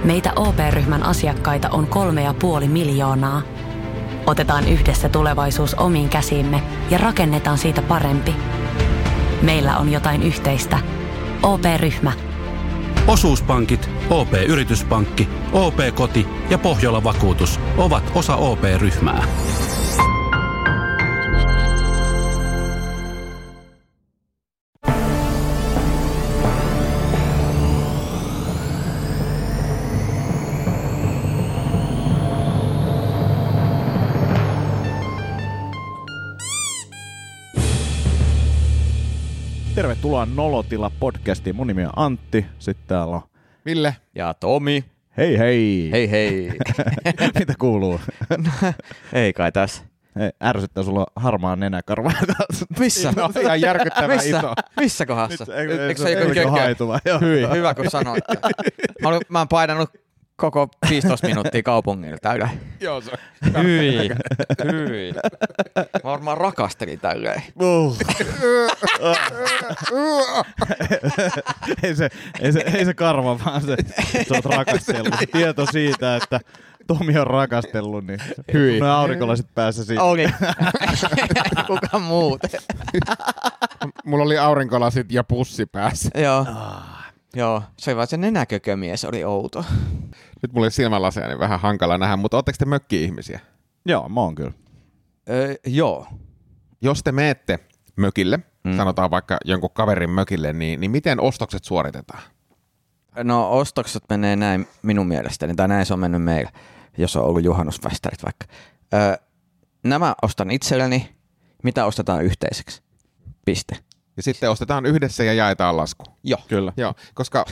Meitä OP-ryhmän asiakkaita on 3,5 miljoonaa. Otetaan yhdessä tulevaisuus omiin käsiimme ja rakennetaan siitä parempi. Meillä on jotain yhteistä. OP-ryhmä. Osuuspankit, OP-yrityspankki, OP-koti ja Pohjola-vakuutus ovat osa OP-ryhmää. Tervetuloa Nolotila-podcastiin. Mun nimi on Antti. Sitten täällä on Ville ja Tomi. Hei hei. Hei hei. Mitä kuuluu? Ei kai tässä. Ärsyttää sulla harmaa nenäkarva. Missä? No, ihan järkyttävän iso. Missä kohdassa? Eikö se joku haituva? Hyvä kun sanoit. Mä oon painanut koko 15 minuuttia kaupungilla täydellä. Joo, se Hyi. Mä varmaan rakastelin tälleen. ei se karva, vaan sä oot rakastellut. Tieto siitä, että Tomi on rakastellut, niin hyi. No aurinkolasit päässä siitä. Oli. Kuka muuten? Mulla oli aurinkolasit ja pussi päässä. Joo, se vaan se nenäkökömies oli outo. Nyt mulla oli silmälaseja, niin vähän hankala nähdä, mutta ootteko te mökki-ihmisiä? Joo, mä oon kyllä. Joo. Jos te meette mökille, sanotaan vaikka jonkun kaverin mökille, niin miten ostokset suoritetaan? No ostokset menee näin minun mielestäni, tai näin se on mennyt meillä, jos on ollut juhannusfestarit vaikka. Nämä ostan itselleni, mitä ostetaan yhteiseksi. Piste. Ja sitten ostetaan yhdessä ja jaetaan lasku. Joo. Kyllä. Joo, koska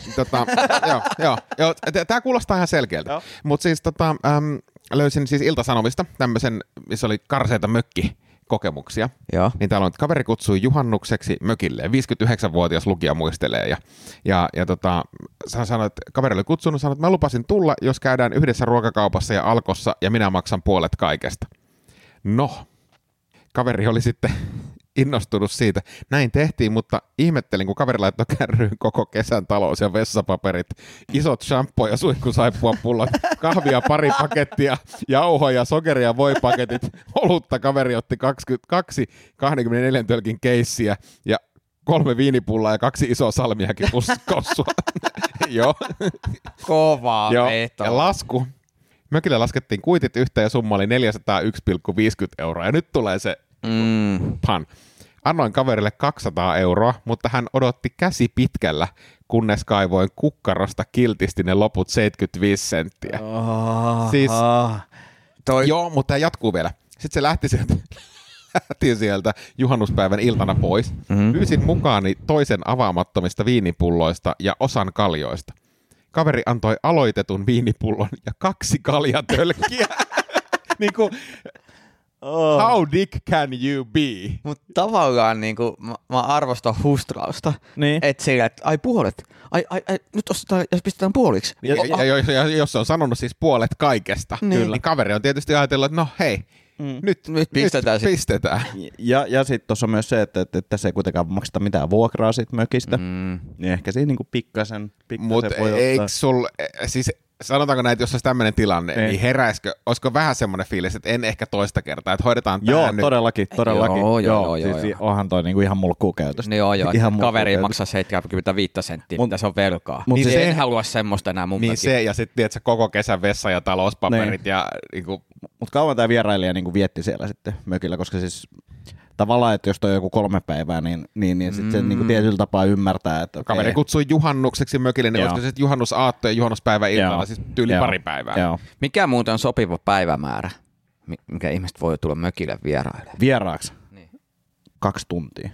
joo, tää kuulostaa ihan selkeältä. Mutta siis löysin siis Ilta-Sanomista tämmöisen, missä oli karseita mökkikokemuksia. Joo. Niin täällä on, että kaveri kutsui juhannukseksi mökille. 59-vuotias lukija muistelee. Ja sanoi, että kaveri oli kutsunut, sanoi, että mä lupasin tulla, jos käydään yhdessä ruokakaupassa ja Alkossa ja minä maksan puolet kaikesta. No, kaveri oli sitten innostunut siitä. Näin tehtiin, mutta ihmettelin, kun kaveri laittoi kärryyn koko kesän talous- ja vessapaperit, isot shampoo- ja suihkusaippua pullot, kahvia pari pakettia, jauhoja, sokeria, voipaketit, olutta kaveri otti 24 tölkin keissiä ja 3 viinipullaa ja 2 isoa salmiakin kossua. Joo. Kovaa veto. Ja lasku. Mökille laskettiin kuitit yhteen ja summa oli 401,50 €. Ja nyt tulee se pan. Annoin kaverille 200 €, mutta hän odotti käsi pitkällä, kunnes kaivoin kukkarosta kiltisti ne loput 75 senttiä. Siis, joo, mutta tämä jatkuu vielä. Sitten se lähti sieltä juhannuspäivän iltana pois. Pyysin mukaani toisen avaamattomista viinipulloista ja osan kaljoista. Kaveri antoi aloitetun viinipullon ja 2 kaljatölkkiä. Niinku, how dick can you be? Mutta tavallaan niinku, mä arvostan hustrausta. Niin. Että sillä, että ai puolet. Ai, nyt ostetaan, jos pistetään puoliksi. Ja jos se on sanonut siis puolet kaikesta, niin kaveri on tietysti ajatellut, että no hei, nyt pistetään. Ja sitten tuossa on myös se, että tässä ei kuitenkaan makseta mitään vuokraa siitä mökistä, niin ehkä siinä niinku pikkasen Mutta eikö sul, siis sanotaanko näin, että jos olisi tämmöinen tilanne, niin heräisikö, olisiko vähän semmoinen fiilis, että en ehkä toista kertaa, että hoidetaan tämä nyt. Todellakin. Joo. Siis onhan toi niinku ihan mulkkuukäytöstä. Joo, kaveri maksaa 75 senttiä, mitä se on velkaa. Niin se en halua semmoista enää mun niin mökin. se, ja sitten tiedätkö, koko kesän vessa ja talouspaperit ja niinku. Mutta kauan tämä vierailija niinku vietti siellä sitten mökillä, koska siis tavallaan, että jos toi on joku 3 päivää, niin sitten sen niinku tietyllä tapaa ymmärtää, että kaveri kutsui juhannukseksi mökille, niin olisiko sitten juhannusaatto ja juhannuspäivä illalla, siis tyyli pari päivää. Joo. Mikä muuten on sopiva päivämäärä, mikä ihmiset voi tulla mökille vierailemaan? Vieraaksi? Niin. 2 tuntia.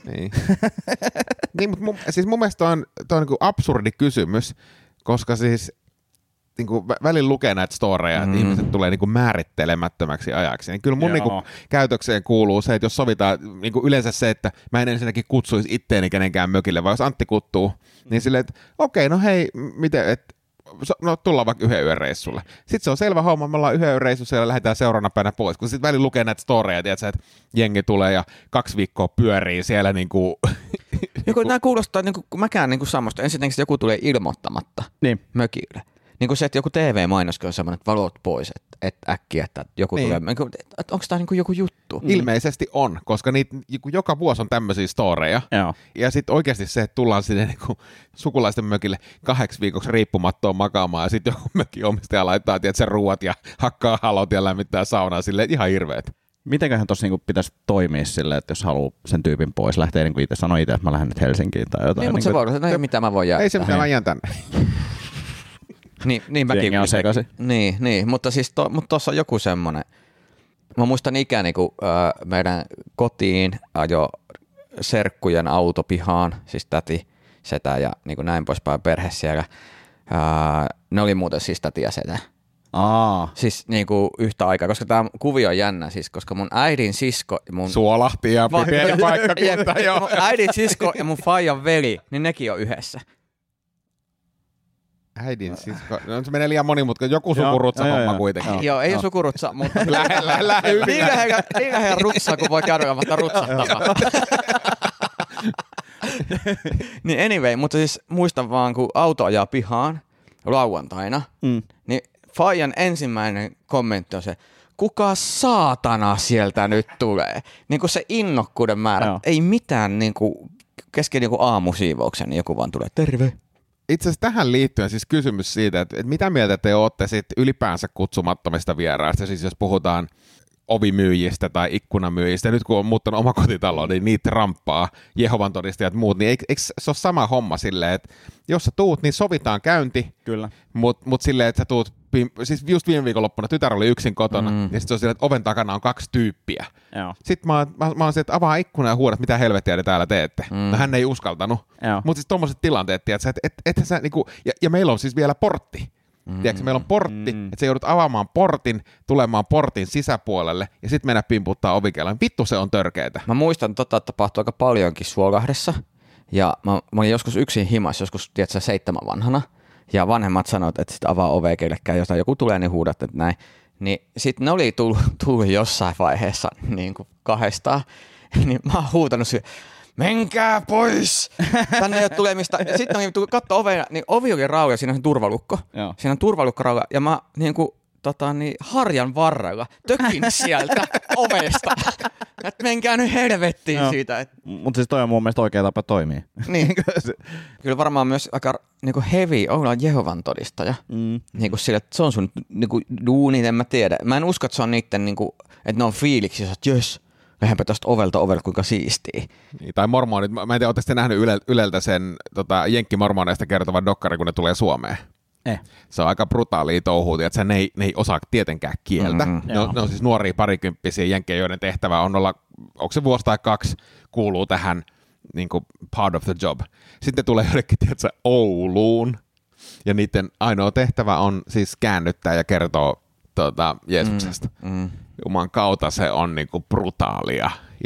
Niin, mutta siis mun mielestä toi on niin absurdi kysymys, koska siis niin kuin välillä lukee näitä storeja, että ihmiset tulee niin kuin määrittelemättömäksi ajaksi. Niin kyllä mun niin kuin käytökseen kuuluu se, että jos sovitaan niin kuin yleensä se, että mä en ensinnäkin kutsuisi itteeni kenenkään mökille, vaan jos Antti kuttuu, niin silleen, että okei, no hei, miten, että no tullaan vaikka 1 yön reissulle. Sitten se on selvä homma, me ollaan 1 yön reissussa ja lähdetään seuraavana päivänä pois, kun sitten välillä lukee näitä storeja, tiedätkö, että jengi tulee ja 2 viikkoa pyörii siellä niinku. Joku nämä kuulostaa, niin kuin mäkään niin kuin samasta. Ensinnäkin joku tulee ilmoittamatta mökille. Niin kuin se, että joku TV-mainoskin on semmoinen, että valot pois, että äkkiä, että joku niin. tulee. Onko tämä niin joku juttu? Ilmeisesti on, koska niitä joka vuosi on tämmöisiä storeja. Joo. Ja sitten oikeasti se, että tullaan sinne niin sukulaisten mökille 8 viikoksi riippumattoon makaamaan ja sitten joku mökin omistaja laittaa sen ruuat ja hakkaa halot ja lämmittää saunaa silleen ihan hirveet. Mitenköhän tuossa niinku pitäisi toimia silleen, että jos haluaa sen tyypin pois, lähtee niin kuin itse sanoi itse, että mä lähden nyt Helsinkiin tai jotain. Niin, mutta se voi olla, että mitä mä voin jäädä. Ei se mitään, mä jään tänne. Niin mäkin. on sekaisin. Niin, mutta siis tuossa on joku semmoinen. Mä muistan ikäni, kun meidän kotiin ajo serkkujen autopihaan, siis täti, setä ja niin kuin näin poispäin perhe siellä. Ne oli muuten siis täti ja setä. Siis niinku yhtä aikaa, koska tämä kuvio on jännä, siis koska mun äidin sisko ja mun... Suolahti ja pieni paikkakunta, joo. Mun äidin sisko ja mun faijan veli, niin nekin on yhdessä. Äidin sisko, no, se menee liian monimutkaisesti, joku sukurutsa-homma kuitenkin. Joo, ei ole sukurutsa, mutta... Lähellä hyvin. Niin lähellä rutsaa, kun voi käydä ilmatta rutsahtamaan. Niin anyway, mutta siis muistan vaan, kun auto ajaa pihaan lauantaina, niin faijan ensimmäinen kommentti on se, kuka saatana sieltä nyt tulee? Niin kuin se innokkuuden määrä, ei mitään niin kuin kesken niin kuin aamusiivouksen, niin joku vaan tulee, terve. Itse asiassa tähän liittyen siis kysymys siitä, että mitä mieltä te olette sitten ylipäänsä kutsumattomista vieraista, siis jos puhutaan ovimyyjistä tai ikkunamyyjistä, nyt kun on muuttanut omakotitaloon, niin niitä ramppaa, Jehovan todistajat muut, niin eikö se ole sama homma silleen, että jos sä tuut, niin sovitaan käynti, kyllä. Mut silleen, että sä tuut, siis just viime viikonloppuna tytär oli yksin kotona, ja sitten se on silleen, että oven takana on 2 tyyppiä. Joo. Sitten mä oon silleen, että avaa ikkuna ja huudat, mitä helvettiä te täällä teette. No hän ei uskaltanut. Mutta siis tommoset tilanteet, että sä niinku, ja meillä on siis vielä portti. Tiedätkö, meillä on portti, että sä joudut avaamaan portin, tulemaan portin sisäpuolelle ja sitten mennä pimputtaa ovikellaan. Vittu se on törkeetä. Mä muistan, että tapahtui aika paljonkin Suolahdessa. Ja mä olin joskus yksin himassa, joskus 7 vanhana. Ja vanhemmat sanoivat, että sit avaa ovea kellekään, jos joku tulee, niin huudat, että näin. Niin sitten ne oli tullut jossain vaiheessa niin kuin 2. Niin mä oon huutanut siihen, menkää pois! Tänne ei ole tulemista. Ja sitten on katso ovea, niin ovi oli rauja, siinä on se turvalukko. Joo. Siinä on turvalukkorauja ja mä niin kuin, harjan varrella tökin sieltä ovesta. Että menkää nyt helvettiin siitä. Mutta siis toi on mun mielestä oikea tapa toimia. Niin. Kyllä varmaan myös aika niinku heavy, ollaan Jehovan todistaja. Niinku sille, että se on sun niinku duuni, en mä tiedä. Mä en usko, että se on niitten, niinku, että ne on fiiliksissä, että jös, lähdenpä tästä ovelta ovelle, kuinka siistii. Niin, tai mormonit, mä en tiedä, ootteko te nähnyt Yleltä sen jenkkimormoneista kertovan dokkari, kun ne tulee Suomeen? Se on aika brutaalia touhua, että ne ei osaa tietenkään kieltä. Ne on siis nuoria parikymppisiä jenkkejä, joiden tehtävä on olla, onko se vuosi tai 2, kuuluu tähän niin kuin part of the job. Sitten tulee jollekin, tiedätkö, Ouluun, ja niiden ainoa tehtävä on siis käännyttää ja kertoa Jeesuksesta. Juman kautta se on niin kuin brutaalia.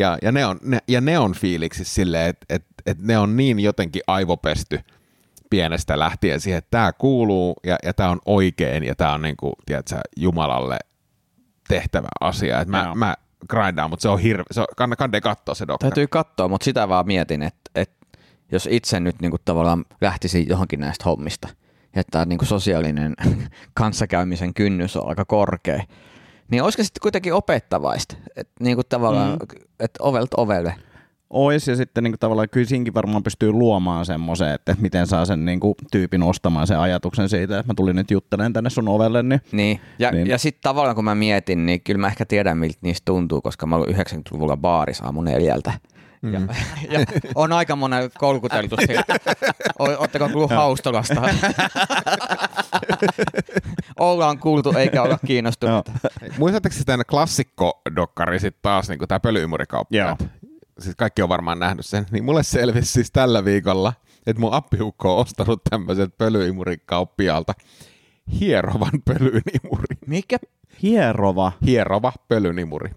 Ja ne on fiiliksissä silleen, että ne on niin jotenkin aivopesty pienestä lähtien siihen, että tämä kuuluu ja tämä on oikein ja tämä on niin kuin, tiedätkö, Jumalalle tehtävä asia. Että mä grindaan, mutta se on kannattaa katsoa se dokkari. Täytyy katsoa, mutta sitä vaan mietin, että jos itse nyt niin kuin tavallaan lähtisi johonkin näistä hommista, että niin kuin sosiaalinen kanssakäymisen kynnys on aika korkea, niin olisiko sitten kuitenkin opettavaista, että niin kuin tavallaan, että ovelta ovelle. Ois, ja sitten niinku tavallaan kyllä siinkin varmaan pystyy luomaan semmoisen, että miten saa sen niinku tyypin ostamaan sen ajatuksen siitä, että mä tulin nyt juttelemaan tänne sun ovelle. Niin. Ja sitten tavallaan kun mä mietin, niin kyllä mä ehkä tiedän miltä niistä tuntuu, koska mä olin 90-luvulla baarissa aamu 4. Ja on aika monen kolkuteltu siitä. Ootteko kuullut Haustolasta? Ollaan kuultu eikä olla kiinnostuneita. Muistatteko tämän klassikkodokkari sitten taas, niin kuin tämä pölyimurikauppiaat? Siis kaikki on varmaan nähnyt sen, niin mulle selvisi siis tällä viikolla, että mun appiukko on ostanut tämmöiset pölyimurikauppiaalta hierovan pölynimuri. Mikä? Hierova pölynimuri.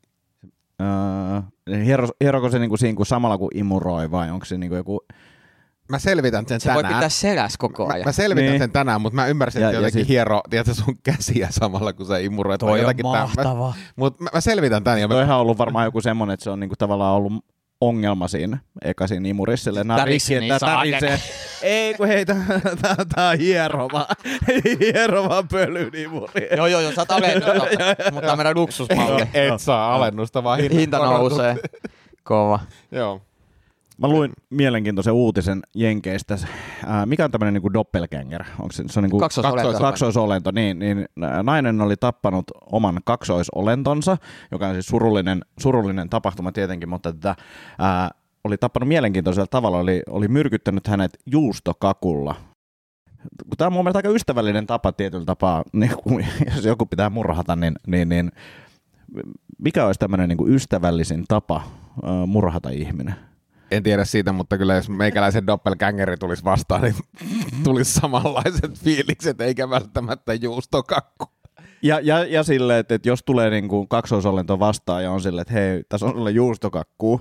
Hieroko se niinku siinä samalla kuin imuroi vai onko se niinku joku... Mä selvitän sen se tänään. Se voi pitää selässä koko ajan. Mä selvitän sen tänään, mutta mä ymmärsin, että jotenkin hiero, tiedätkö, sun käsiä samalla kun se imuroi. Toi on mahtava. Mutta mä selvitän tän. Toihan on ollut varmaan joku semmoinen, että se on niinku tavallaan ollut ongelma siinä siinä imurissa. Tärisee. Ei kun hei, tää on hierova pölynimuri. Joo, sä oot alennusta, mutta tää meidän luksusmalli. Et saa alennusta, vaan hinta nousee. Kova. Joo. Mä luin mielenkiintoisen uutisen Jenkeistä. Mikä on tämmöinen niinku doppelganger? Onko se on niinku kaksoisolento? Niin, nainen oli tappanut oman kaksoisolentonsa, joka on siis surullinen tapahtuma tietenkin, mutta oli tappanut mielenkiintoisella tavalla, oli myrkyttänyt hänet juustokakulla. Tämä on mun mielestä aika ystävällinen tapa tietyllä tapaa, niin jos joku pitää murhata, niin mikä olisi tämmöinen niinku ystävällisin tapa murhata ihminen? En tiedä siitä, mutta kyllä jos meikäläisen doppelgangeri tulisi vastaan, niin tulisi samanlaiset fiilikset, eikä välttämättä juustokakku. Ja silleen, että jos tulee niinku kaksoisolento vastaan ja on silleen, että hei, tässä on sulle juustokakku.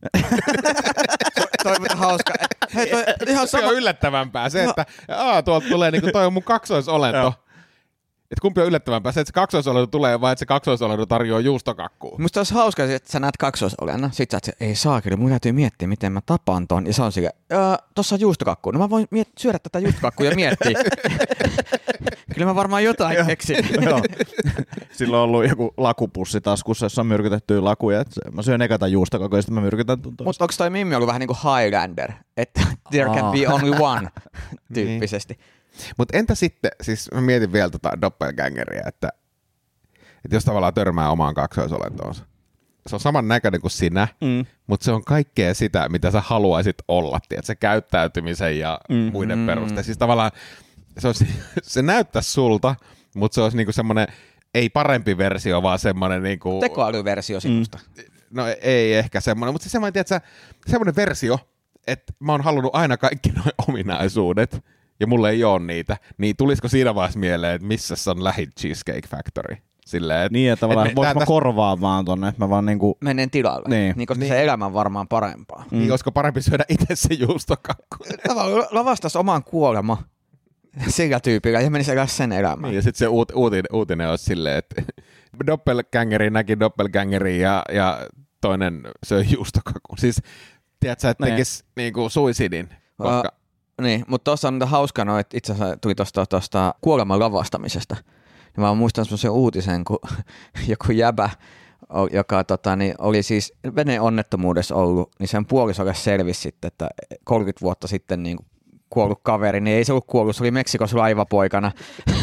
Toi on hauska. Hei, toi ihan sama. Se on yllättävämpää se, että tuolta tulee niinku toi on mun kaksoisolento. Että kumpi on yllättävämpää, se, että se kaksoisolento tulee vai että se kaksoisolento tarjoaa juustokakkua? Musta olisi hauska, että sä näet kaksoisolennon, sit sä oot ei saakeli, mun täytyy miettiä, miten mä tapaan ton. Ja se on silleen, tossa on juustokakku. No mä voin syödä tätä juustokakkua ja miettiä. Kyllä mä varmaan jotain keksin. Silloin on ollut joku lakupussi taskussa, jossa on myrkytettyä lakuja. Mä syön ekata juustokakua ja sitten mä myrkytän tuntua. Mutta onko toi Mimmi ollut vähän niin kuin Highlander? Että there can be only one tyyppisesti. Mutta entä sitten, siis mä mietin vielä doppelgangeria, että jos tavallaan törmää omaan kaksoisolentoonsa. Se on saman näköinen kuin sinä, mutta se on kaikkea sitä, mitä sä haluaisit olla, tiedät, se käyttäytymisen ja muiden perusteella. Siis tavallaan se näyttäisi sulta, mutta se olisi niinku semmoinen, ei parempi versio, vaan semmoinen niinku... Tekoälyversio sinusta. No ei ehkä semmoinen, mutta semmoinen, tiedätkö, semmoinen versio, että mä oon halunnut aina kaikki nuo ominaisuudet, ja mulla ei ole niitä, niin tulisiko siinä vaiheessa mieleen, että missä on lähin Cheesecake Factory? Silleen, niin, että tavallaan voinko mä korvaa vaan tonne, että mä vaan niinku... Menen tilalle, niin koska se elämä on varmaan parempaa. Niin, olisiko parempi syödä itse se juustokakku? Tavallaan lavastaisi oman kuolema sillä tyypillä ja menisi elää sen elämään. Niin, ja sitten se uutinen olisi silleen, että doppelgangeri näki doppelgangeri ja toinen söi juustokakun. Siis, tiedätkö, että tekisi niinku suicidin, koska... Niin, mutta tuossa on hauska, että itse asiassa tuli tuosta kuoleman lavastamisesta. Ja mä muistan semmoisen uutisen, kun joku jäbä, joka oli siis veneonnettomuudessa ollut, niin sen puolisolle selvisi sitten, että 30 vuotta sitten niin kuollut kaveri, niin ei se ollut kuollut, se oli Meksikossa laivapoikana.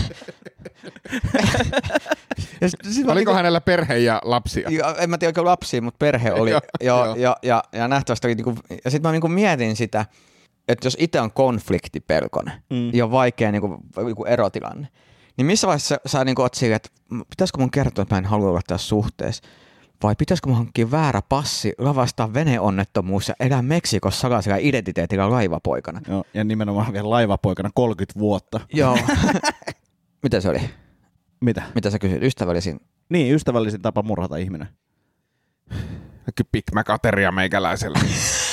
Oliko hänellä perhe ja lapsia? En mä tiedä, oliko lapsia, mutta perhe oli. ja nähtävästi oli, ja sitten mä mietin sitä, että jos itse on konfliktipelkonen ja on vaikea niinku erotilanne, niin missä vaiheessa sä niinku oot silleen, että pitäisikö mun kertoa, että mä en halua olla tässä suhteessa, vai pitäisikö mun hankkia väärä passi, lavastaa veneonnettomuus ja elää Meksikossa salaisella identiteetillä laivapoikana. Joo, ja nimenomaan vielä laivapoikana 30 vuotta. Joo. Mitä se oli? Mitä? Mitä sä kysyt? Ystävällisin? Niin, ystävällisin tapa murhata ihminen. Big Mac-ateria meikäläisellä.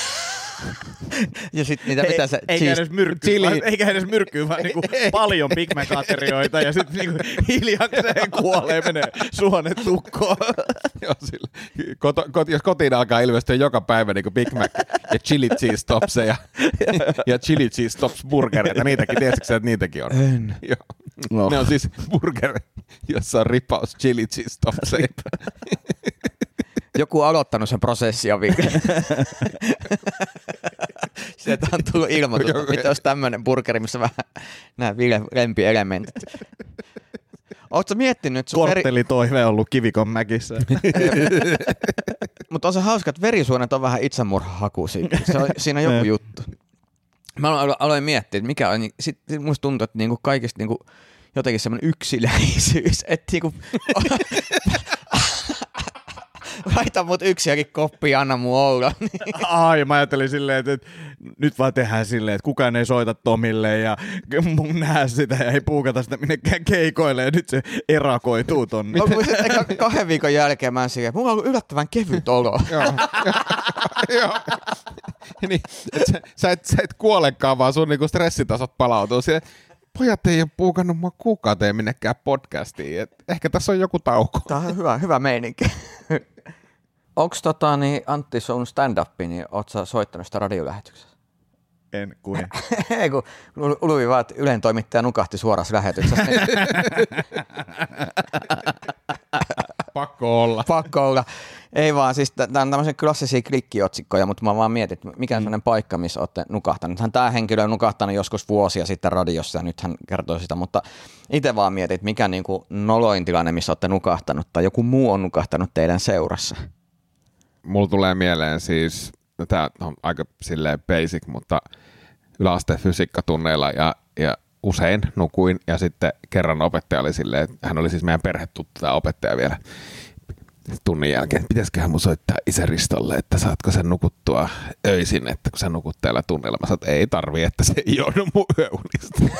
Ja sit niitä mitä se eikä edes myrkkyä, vaan niinku paljon Big Mac-aterioita ja sitten niinku hiljakseen kuolee, menee suonet tukkoon. Joo, jos kotiin alkaa ilmestyä joka päivä niinku Big Mac ja chili cheese topseja ja chili cheese tops burgereita, niitäkin, tiedätkö että niitäkin on? En. Joo. No. Ne on siis burgereita, jossa on ripaus chili cheese topseja. Joku on aloittanut sen prosessia vihdoin. Sieltä on tullut ilmoitus, mitä olisi tämmöinen burgeri, missä vähän nämä lempielementit. Oletko miettinyt... Korttelitoive on ollut Kivikon mäkissä. Mutta on se hauska, että verisuonet on vähän itsemurhahakuisia. Siinä on joku juttu. Mä aloin miettiä, että mikä on... Sitten musta tuntuu, että niinku kaikista niinku jotenkin semmoinen yksinäisyys. Että niinku... Laita mut yksiäkin koppiin, anna mun olla. Ai, mä ajattelin silleen, että nyt vaan tehdään silleen, että kukaan ei soita Tomille ja mun näe sitä ja ei puukata sitä minnekään keikoille ja nyt se erakoituu tonne. Onko sitten 2 viikon jälkeen mä silleen, mulla on ollut yllättävän kevyt olo. Joo. Niin, sä et kuolekaan, vaan sun niinku stressitasot palautuu siihen. Pojat ei ole puukannut mua kuukauteen minnekään podcastiin. Ehkä tässä on joku tauko. Tämä on hyvä meininki. Onks Antti sun stand-up, niin oot sä soittanut sitä radiolähetyksessä? En kuin. Ei kun luin vaan, että Ylen toimittaja nukahti suorassa lähetyksessä. Pakko olla. Pakko olla. Ei vaan, siis tämä on tämmöisiä klassisia klikkiotsikkoja, mutta mä vaan mietin, että mikä on sellainen paikka, missä olette nukahtanut. Tämä henkilö on nukahtanut joskus vuosia sitten radiossa ja nyt hän kertoo sitä, mutta itse vaan mietin, että mikä niinku noloin tilanne, missä olette nukahtanut tai joku muu on nukahtanut teidän seurassa. Mulla tulee mieleen siis, tämä on aika silleen basic, mutta yläasteen fysiikkatunneilla ja usein nukuin ja sitten kerran opettaja oli silleen, että hän oli siis meidän perhetuttu tämä opettaja vielä tunnin jälkeen, että pitäisiköhän mun soittaa isä Ristolle, että saatko sen nukuttua öisin, että kun sä nukut täällä tunnilla. Mä sanoin, että ei tarvii, että se ei joudu mun yöunista.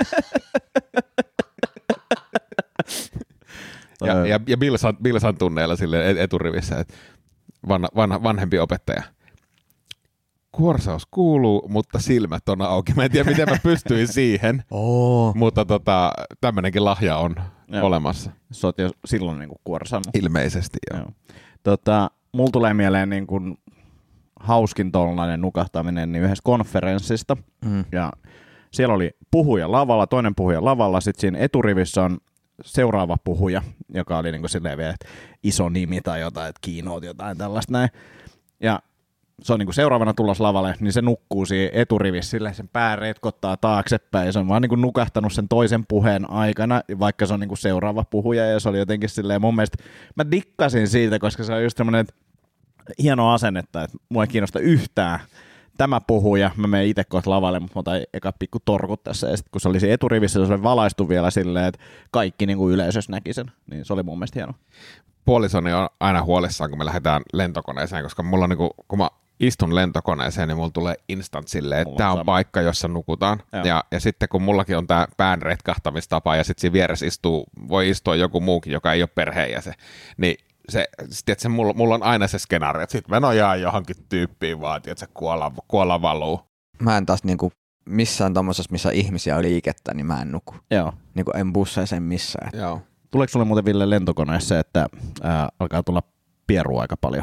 ja Bilsan tunneilla silleen eturivissä, että vanhempi opettaja. Kuorsaus kuuluu, mutta silmät on auki. Mä en tiedä, miten mä pystyin siihen, mutta tämmöinenkin lahja on olemassa. Sä oot jo silloin niin kuin kuorsannut. Ilmeisesti, joo. Mulla tulee mieleen niin kuin hauskin tollainen nukahtaminen niin yhdessä konferenssista. Ja siellä oli puhuja lavalla, toinen puhuja lavalla, sitten siinä eturivissä on seuraava puhuja, joka oli niin kuin silleen vielä iso nimi tai jotain, että keynote jotain tällaista näin. Ja se on niin kuin seuraavana tullas lavalle, niin se nukkuu siinä eturivissä silleen, sen pää retkottaa taaksepäin ja se on vaan niin kuin nukahtanut sen toisen puheen aikana, vaikka se on niin kuin seuraava puhuja ja se oli jotenkin silleen mun mielestä, mä dikkasin siitä, koska se on just semmoinen hieno asennetta, että mua ei kiinnosta yhtään tämä puhuja, mä menen itse kohta lavalle, mutta mä otan eka pikku torkut tässä ja sitten kun se oli siinä eturivissä, se oli valaistu vielä silleen, että kaikki niin kuin yleisössä näki sen, niin se oli mun mielestä hieno. Puolisoni on aina huolissaan, kun me lähdetään lentokoneeseen, koska mulla on niinku, kun mä istun lentokoneeseen, niin mulla tulee instant silleen, että tää on paikka, jossa nukutaan. Ja sitten kun mullakin on tää pään retkahtamistapa ja sitten siinä vieressä voi istua joku muukin, joka ei ole perheenjäsen, niin se mulla on aina se skenaario, että sit mä nojaan johonkin tyyppiin vaan, että se kuolla valuu. Mä en taas niinku missään tommosessa, missä ihmisiä on liikettä, niin mä en nuku. Joo. Niinku en busseissa, en missään. Joo. Tuleeko sulle muuten, Ville, lentokoneessa, että alkaa tulla pierua aika paljon?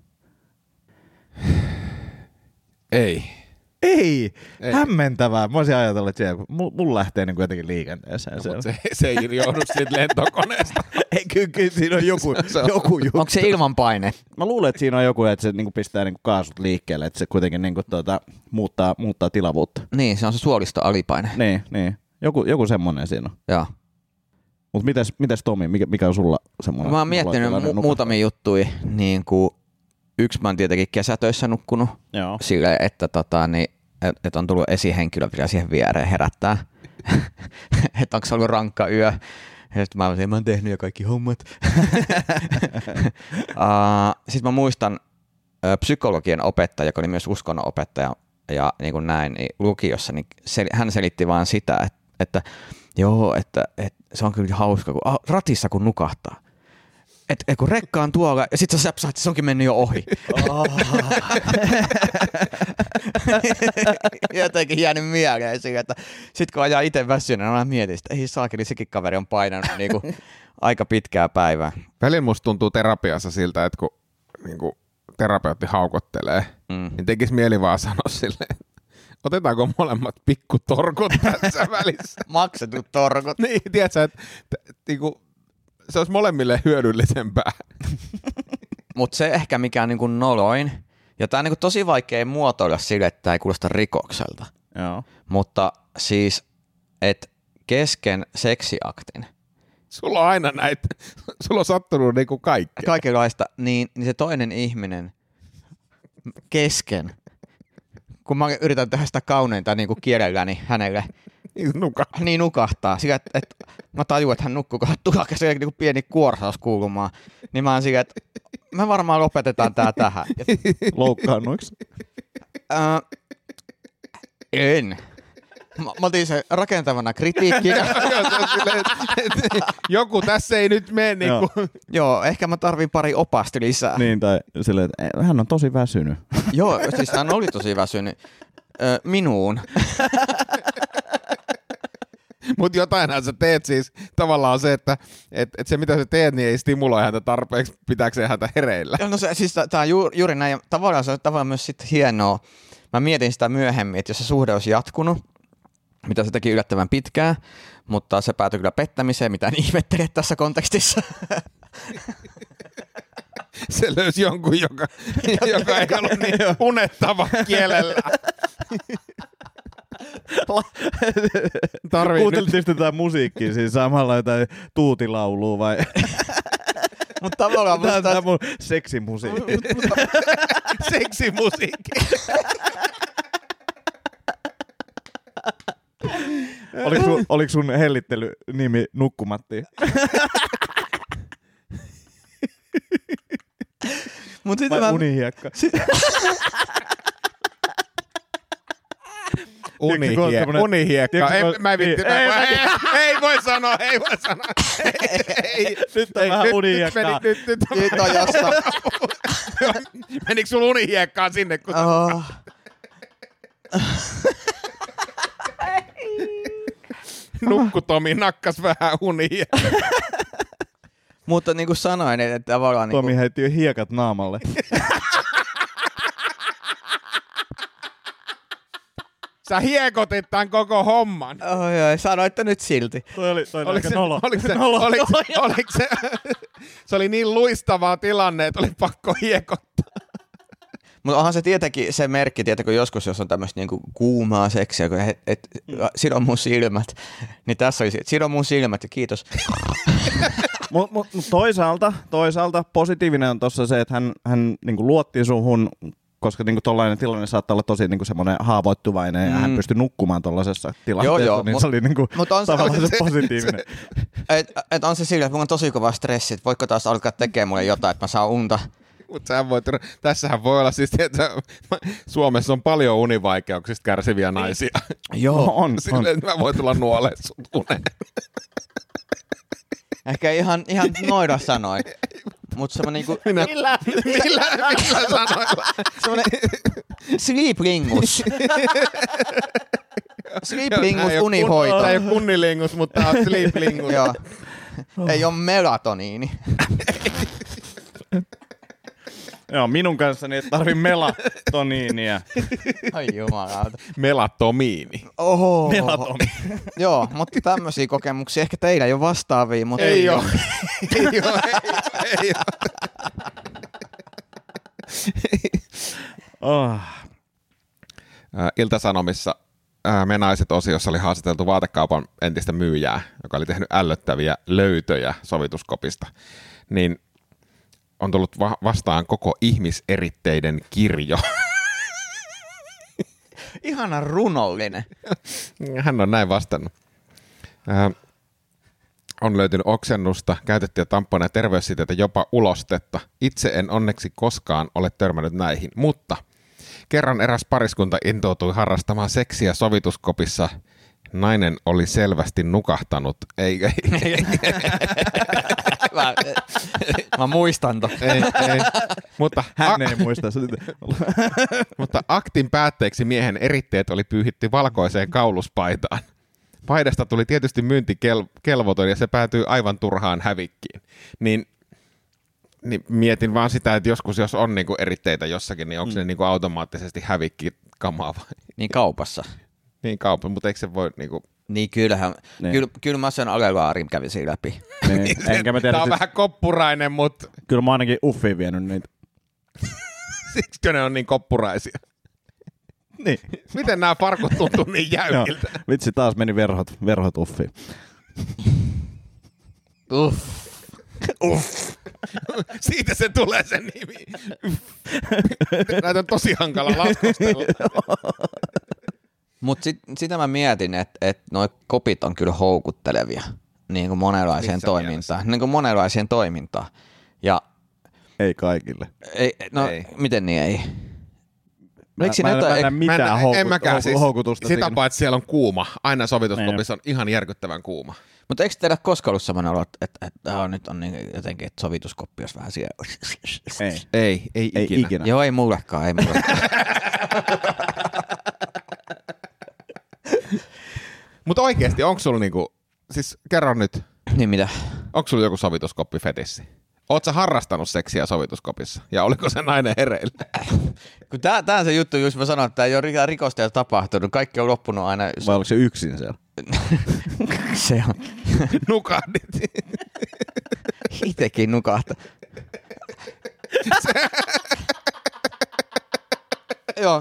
Ei. Hämmentävää. Mä olisin ajatellut, että siellä, mulla lähtee niin jotenkin liikenteeseen. No, se ei johdu siitä lentokoneesta. Ei, kyllä siinä on joku juttu. Onko se ilmanpaine? Mä luulen, että siinä on joku, että se niin pistää niin kaasut liikkeelle, että se kuitenkin niin muuttaa tilavuutta. Niin, se on se suolistoalipaine. Niin. Joku semmoinen siinä on. Joo. Mutta mites Tomi, mikä on sulla semmoinen? Mä oon miettinyt muutamia juttuja, niin kuin yksi mä oon tietenkin kesätöissä nukkunut silleen, että että on tullut esihenkilö vielä siihen viereen herättää, että onko se ollut rankka yö. Ja sitten mä oon tehnyt jo kaikki hommat. Sitten mä muistan psykologian opettaja, joka oli myös uskonnon opettaja ja niin kuin näin, niin lukiossa, niin hän selitti vaan sitä, että joo, että se on kyllä hauska, kun ratissa kun nukahtaa. Että kun rekka on tuolla ja sit sä säpsäät, että se onkin mennyt jo ohi. Jotenkin jäänyt mieleen siitä, että sit kun ajaa itse väsyneen, mä mietin, että ei saakeli, sekin kaveri on painanut niinku aika pitkää päivää. Välillä musta tuntuu terapiassa siltä, että kun niinku terapeutti haukottelee, niin tekisi mieli vaan sanoa silleen, otetaanko molemmat pikkutorkut tässä välissä? Maksetut torkut. Niin, tiedätkö, että niinku, se olisi molemmille hyödyllisempää. Mutta se ehkä mikä on niinku noloin, ja tää on niinku tosi vaikea muotoilla sille, että tää ei kuulosta rikokselta. Joo. Mutta siis, että kesken seksiaktin. Sulla on aina näitä, sulla on sattunut niinku kaikkea. Kaikenlaista, niin se toinen ihminen kesken, kun mä yritän tehdä sitä kauneinta niinku kielelläni hänelle, niin nukahtaa. Sillä, että mä tajuan, että hän nukkuu, kun hän tulee se niin pieni kuorsaus kuulumaan. Niin mä oon sillä, että me varmaan lopetetaan tää tähän. Loukkaannuiksi? En. Mä otin se rakentavana kritiikkinä. Joku tässä ei nyt mene niinku. Joo, ehkä mä tarvin pari opasta lisää. Niin, tai silleen, että hän on tosi väsynyt. Joo, siis hän oli tosi väsynyt. Minuun. Mutta jotainhan sä teet siis. Tavallaan se, että se mitä sä teet, niin ei stimuloi häntä tarpeeksi, pitääkseen häntä hereillä. No se, siis tää on juuri näin. Tavallaan se on tavallaan myös sitten hienoa. Mä mietin sitä myöhemmin, että jos se suhde olisi jatkunut, mitä se teki yllättävän pitkään, mutta se päätyi kyllä pettämiseen, mitä en ihmettele tässä kontekstissa. Se löysi jonkun, joka ei ollut niin unettava kielellä. Kuunteltiin tätä musiikkia, siis samalla jotain tuutilaulua vai? Mutta tavallaan tämä on mun seksimusiikki. Seksimusiikki. Oliko sun hellittelynimi Nukkumatti? Vai Unihiekka? Unihiekka. Ei voi sanoa. Nyt on vähän unihiekkaa. Nyt on jostain. Menikö sulla unihiekkaa sinne? Kun... Nukku Tomi nakkas vähän unia. Mutta niin kuin sanoin, että tavallaan... Tomi heitti jo hiekat naamalle. Sä hiekotit tämän koko homman. Oi, sanoitte nyt silti. Toi oli aika nolo. Oliko se oli niin luistava tilanne, että oli pakko hiekottaa. Mutta onhan se tietenkin se merkki, kun joskus, jos on tämmöistä niinku kuumaa seksiä, että sido mun silmät, niin tässä oli sido mun silmät ja kiitos. Mut toisaalta positiivinen on tossa se, että hän niinku luotti suhun, koska niinku tollainen tilanne saattaa olla tosi niinku semmoinen haavoittuvainen ja hän pystyi nukkumaan tollasessa tilanteessa, joo, niin se oli niinku tavallaan se positiivinen. Et on se sillä, että mulla on tosi kova stressi, että voitko taas alkaa tekemään mulle jotain, että mä saan unta. Mutta tässähän voi olla siis, että Suomessa on paljon univaikeuksista kärsiviä naisia. Joo, on. Silleen, että mä voin tulla nuoleen sut uneen. Ehkä ihan noida sanoin. Mutta semmoinen niinku... Millä sanoilla? Semmoinen sleep-lingus. Sleep-lingus unihoito. Tämä ei ole kunnilingus, mutta tämä on sleep-lingus. Joo. Ei ole melatoniini. Joo, minun kanssani ei tarvi melatoniinia. Ai jumalauta. Melatomiini. Oho. Melatomiini. Joo, mutta tämmöisiä kokemuksia ehkä teillä ei ole vastaavia, mutta... Ei ole. Ilta-Sanomissa Me naiset-osiossa oli haastateltu vaatekaupan entistä myyjää, joka oli tehnyt ällöttäviä löytöjä sovituskopista. Niin on tullut vastaan koko ihmiseritteiden kirjo. Ihana runollinen. Hän on näin vastannut. On löytynyt oksennusta, käytettyjä tamponeja, terveyssiteitä, jopa ulostetta. Itse en onneksi koskaan ole törmännyt näihin, mutta kerran eräs pariskunta intoutui harrastamaan seksiä sovituskopissa. Nainen oli selvästi nukahtanut. Ei. Mä muistan ton. Ei. Mutta hän ei muista sitä. Mutta aktin päätteeksi miehen eritteet oli pyyhitty valkoiseen kauluspaitaan. Paidasta tuli tietysti myyntikelvoton ja se päätyi aivan turhaan hävikkiin. Niin mietin vaan sitä, että joskus jos on niinku eritteitä jossakin, niin onko ne niinku automaattisesti hävikkikamaa vai? Niin kaupassa. Niin kaupassa, mutta eikö se voi niinku... Niin kyllähän. Niin. Kyllä mä sen alelaarin kävisin läpi. Niin. Enkä mä tiedä, tää on vähän koppurainen, mutta... Kyllä mä ainakin uffiin vienyt niitä. Siksikö ne on niin koppuraisia? Niin. Miten nämä farkut tuntuu niin jäykiltä? Vitsi, taas meni verhot uffiin. Siitä se tulee se nimi. Näitä on tosi hankala laskustella. Mutta sitä mä mietin, että noi kopit on kyllä houkuttelevia niin kuin monenlaiseen toimintaan. Niin kuin monenlaiseen toimintaan. Ja ei kaikille. Ei. Miten niin ei? Mä en näe mitään houkutusta sitä paitsi siellä on kuuma. Aina sovituskopissa on ihan järkyttävän kuuma. Mutta eikö teillä koskaan ollut sellainen olo, että nyt on niin jotenkin, että sovituskoppi olisi vähän siellä? Ei ikinä. Joo, ei mullekaan. Mutta oikeesti, onko sulla niinku, siis kerro nyt. Niin mitä? Onko sulla joku sovituskoppi-fetissi? Oot sä harrastanut seksiä sovituskopissa? Ja oliko se nainen hereillä? Kun tää on se juttu, jos mä sanon, että tää ei ole rikosta ja tapahtunut. Kaikki on loppunut aina. Vai oliko se yksin siellä? Se on. Nukahdit. Itekin nukahtaa. Joo,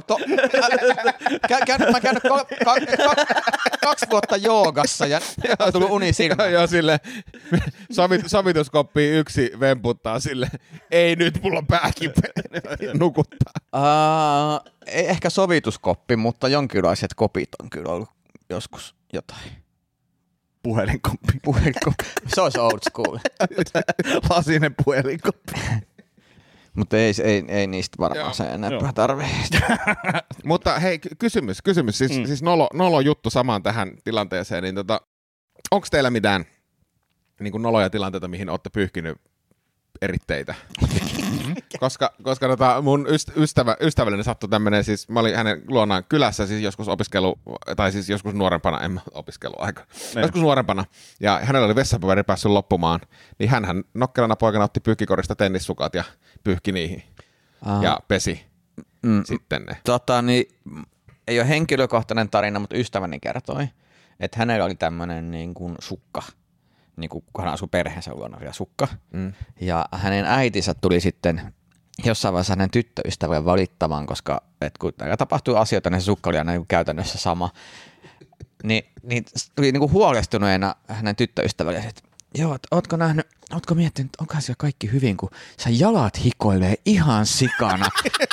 mä käynyt 2 vuotta joogassa ja on tullut uni silmään. Joo, sille sovituskoppiin yksi vemputtaa sille, ei nyt, mulla on pääkipeä, nukuttaa. Ei ehkä sovituskoppi, mutta jonkinlaiset kopit on kyllä ollut joskus jotain. Puhelinkoppi. Se olisi old school. Lasinen puhelinkoppi. Mutta ei niistä varmaan se enempää tarvitse. Mutta hei, kysymys. Siis nolo juttu samaan tähän tilanteeseen. Niin onko teillä mitään niin noloja tilanteita, mihin olette pyyhkinyt eritteitä? koska mun ystävälleni sattui tämmöinen, siis mä olin hänen luonaan kylässä siis joskus joskus nuorempana, en opiskeluaika, joskus nuorempana, ja hänellä oli vessapaperi päässyt loppumaan, niin hänhän nokkelana poikana otti pyyhkikorista tennissukat ja pyyhki niihin ja pesi sitten ne. Niin, ei ole henkilökohtainen tarina, mutta ystäväni kertoi, että hänellä oli tämmöinen niin kuin sukka. Niin kun hän asui perheensä luona vielä sukka. Ja hänen äitinsä tuli sitten jossain vaiheessa hänen tyttöystävälleen valittamaan, koska kun täällä tapahtui asioita, niin se sukka oli aina niin käytännössä sama. Niin tuli niin huolestuneena hänen tyttöystävälle, että joo, ootko miettinyt, että onkohan siellä kaikki hyvin, kun sä jalat hikoilee ihan sikana.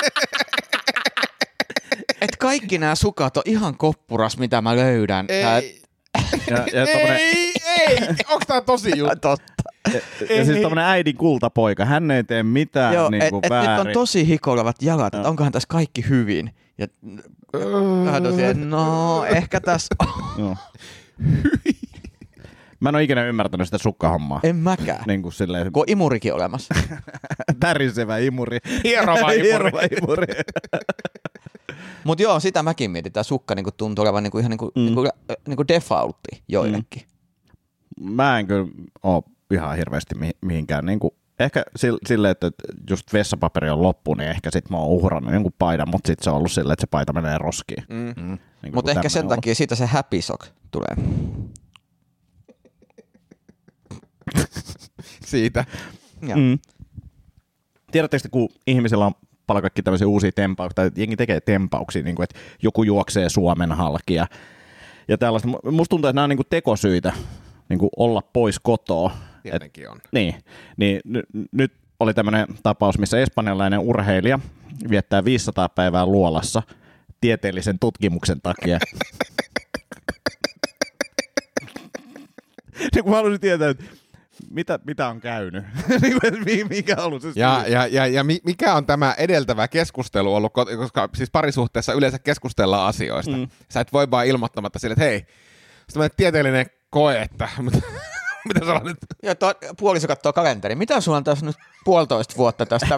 Että kaikki nämä sukat on ihan koppuras, mitä mä löydän. Ei, onko tää tosi juttu? Totta. Ja siis tommonen äidin kultapoika, hän ei tee mitään niinku väärin. Nyt on tosi hikoilevat jalat, että onkohan tässä kaikki hyvin. Ja vähän tosiaan, no ehkä tässä on. Mä en ole ikinä ymmärtänyt sitä sukkahommaa. En mäkään. Niin kuin silleen. Kun on imurikin olemassa. Tärisevä imuri. Hierova imuri. Mut joo, sitä mäkin mietin. Tää sukka niinku tuntuu olevan niinku ihan niinku defaultti joillekin. Mä en kyllä oo ihan hirveästi mihinkään. Niinku, ehkä silleen, että just vessapaperi on loppu, niin ehkä sit mä oon uhrannut jonkun paidan, mutta sit se on ollut silleen, että se paita menee roskiin. Niin mutta ehkä sen takia siitä se happy sock tulee. Siitä. Tiedättekö, kun ihmisillä on paljon kaikki tämmöisiä uusia tempauksia, tai jengi tekee tempauksia, niin kuin, että joku juoksee Suomen halki ja tällaista. Musta tuntuu, että nämä on niin kuin tekosyitä niin kuin olla pois kotoa. Tietenkin on. Niin nyt oli tämmöinen tapaus, missä espanjalainen urheilija viettää 500 päivää luolassa tieteellisen tutkimuksen takia. Niin kun mä haluaisin tietää, että mitä on käynyt? Mikä on ollut se syy? Ja mikä on tämä edeltävä keskustelu ollut, koska siis parisuhteessa yleensä keskustellaan asioista. Sä et voi vaan ilmoittamatta sille, että hei, se tieteellinen koe, että mitä sä nyt? Ja puoliso katsoo kalenteri. Mitä sulla on tässä nyt 1,5 vuotta tästä?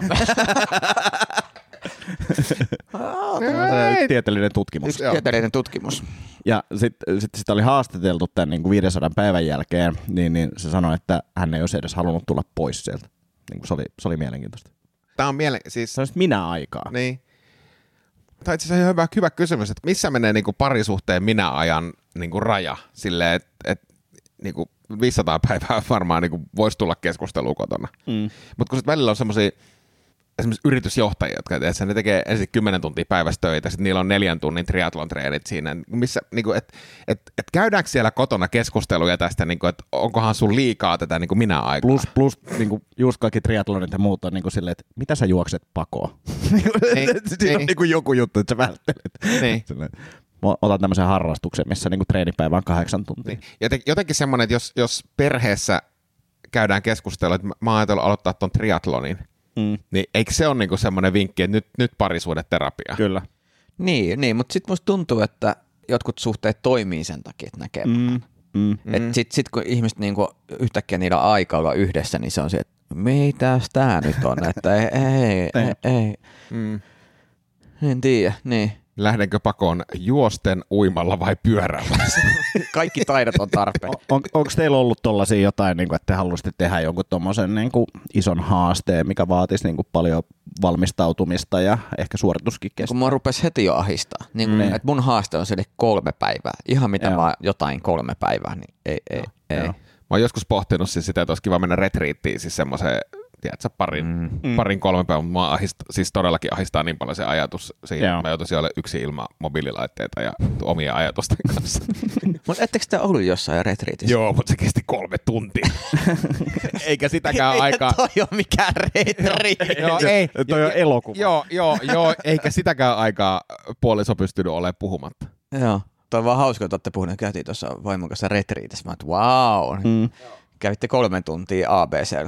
Tieteellinen tutkimus. Tieteellinen tutkimus. Ja sitten sitä oli haastateltu tämän niin kuin 500 päivän jälkeen, niin se sanoi, että hän ei olisi edes halunnut tulla pois sieltä. Niin kuin se oli mielenkiintoista. Tämä on siis... Se on minä aikaa. Niin. Tämä on itse asiassa hyvä kysymys, että missä menee niin kuin parisuhteen minä ajan niin kuin raja silleen, että niin kuin 500 päivää varmaan niin kuin voisi tulla keskustelua kotona. Mutta kun sitten välillä on semmoisia esimerkiksi yritysjohtajia, jotka ne tekee ensin 10 tuntia päivässä töitä, sitten niillä on 4 tunnin triathlon treenit siinä, missä niin kuin, et käydäänkö siellä kotona keskusteluja tästä, niin kuin, että onkohan sun liikaa tätä niin kuin minä aikaa? Plus niin kuin just kaikki triathlonit ja muut on niin kuin silleen, että mitä sä juokset pakoon? Siinä on niin kuin joku juttu, että sä välttelet. Niin. Mä otan tämmöisen harrastuksen, missä niin kuin treenipäivä on 8 tuntia. Niin. Jotenkin semmoinen, että jos perheessä käydään keskustelua, että mä oon ajatellut aloittaa ton triathlonin, niin eikö se ole niinku semmoinen vinkki, että nyt parisuhdeterapia? Kyllä. Niin, mutta sitten musta tuntuu, että jotkut suhteet toimii sen takia, että näkee paljon. Sitten kun ihmiset niinku yhtäkkiä niillä on aikaa olla yhdessä, niin se on se, että mitäs tää nyt on, että ei. En tiedä, niin. Lähdenkö pakoon juosten, uimalla vai pyörällä? Kaikki taidot on tarpeen. Onko teillä ollut tollaisia jotain, niin kuin, että te haluaisitte tehdä jonkun tommosen niin kuin ison haasteen, mikä vaatisi niin kuin paljon valmistautumista ja ehkä suorituskin kestää? Kun mua rupesi heti jo ahistaa. Niin kuin, että mun haaste on sille 3 päivää. Ihan mitä vaan jotain 3 päivää, niin ei. Mä oon joskus pohtinut siis sitä, että olisi kiva mennä retriittiin, siis semmoiseen, tiedätkö, parin 3 päivän, mutta mua siis todellakin ahistaa niin paljon se ajatus siihen, mä joutuisin olla yksin ilman mobiililaitteita ja omia ajatusten kanssa. Mutta ettekö te ollut jossain retriitissä? Joo, mutta se kesti 3 tuntia. Eikä sitäkään aikaa. Ei toi ole mikään retriitti. Joo, ei. Toi on elokuva. Joo, eikä sitäkään aikaa puoliso pystynyt olemaan puhumatta. Joo. Toi on vaan hauska, että olette puhuneet, käytiin tuossa vaimon kanssa retriitissä. Mä oon, wow. Kävitte 3 tuntia ABC:llä.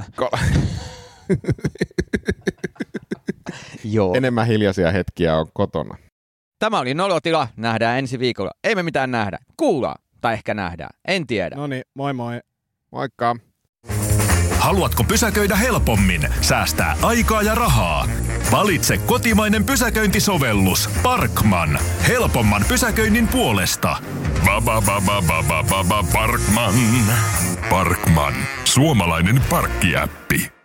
Joo. Enemmän hiljaisia hetkiä on kotona. Tämä oli Nolotila. Nähdään ensi viikolla. Ei me mitään nähdä. Kuullaan. Tai ehkä nähdään. En tiedä. Noniin, moi moi. Moikka. Haluatko pysäköidä helpommin, säästää aikaa ja rahaa? Valitse kotimainen pysäköintisovellus Parkman. Helpomman pysäköinnin puolesta. Parkman. Parkman. Suomalainen parkkiäppi.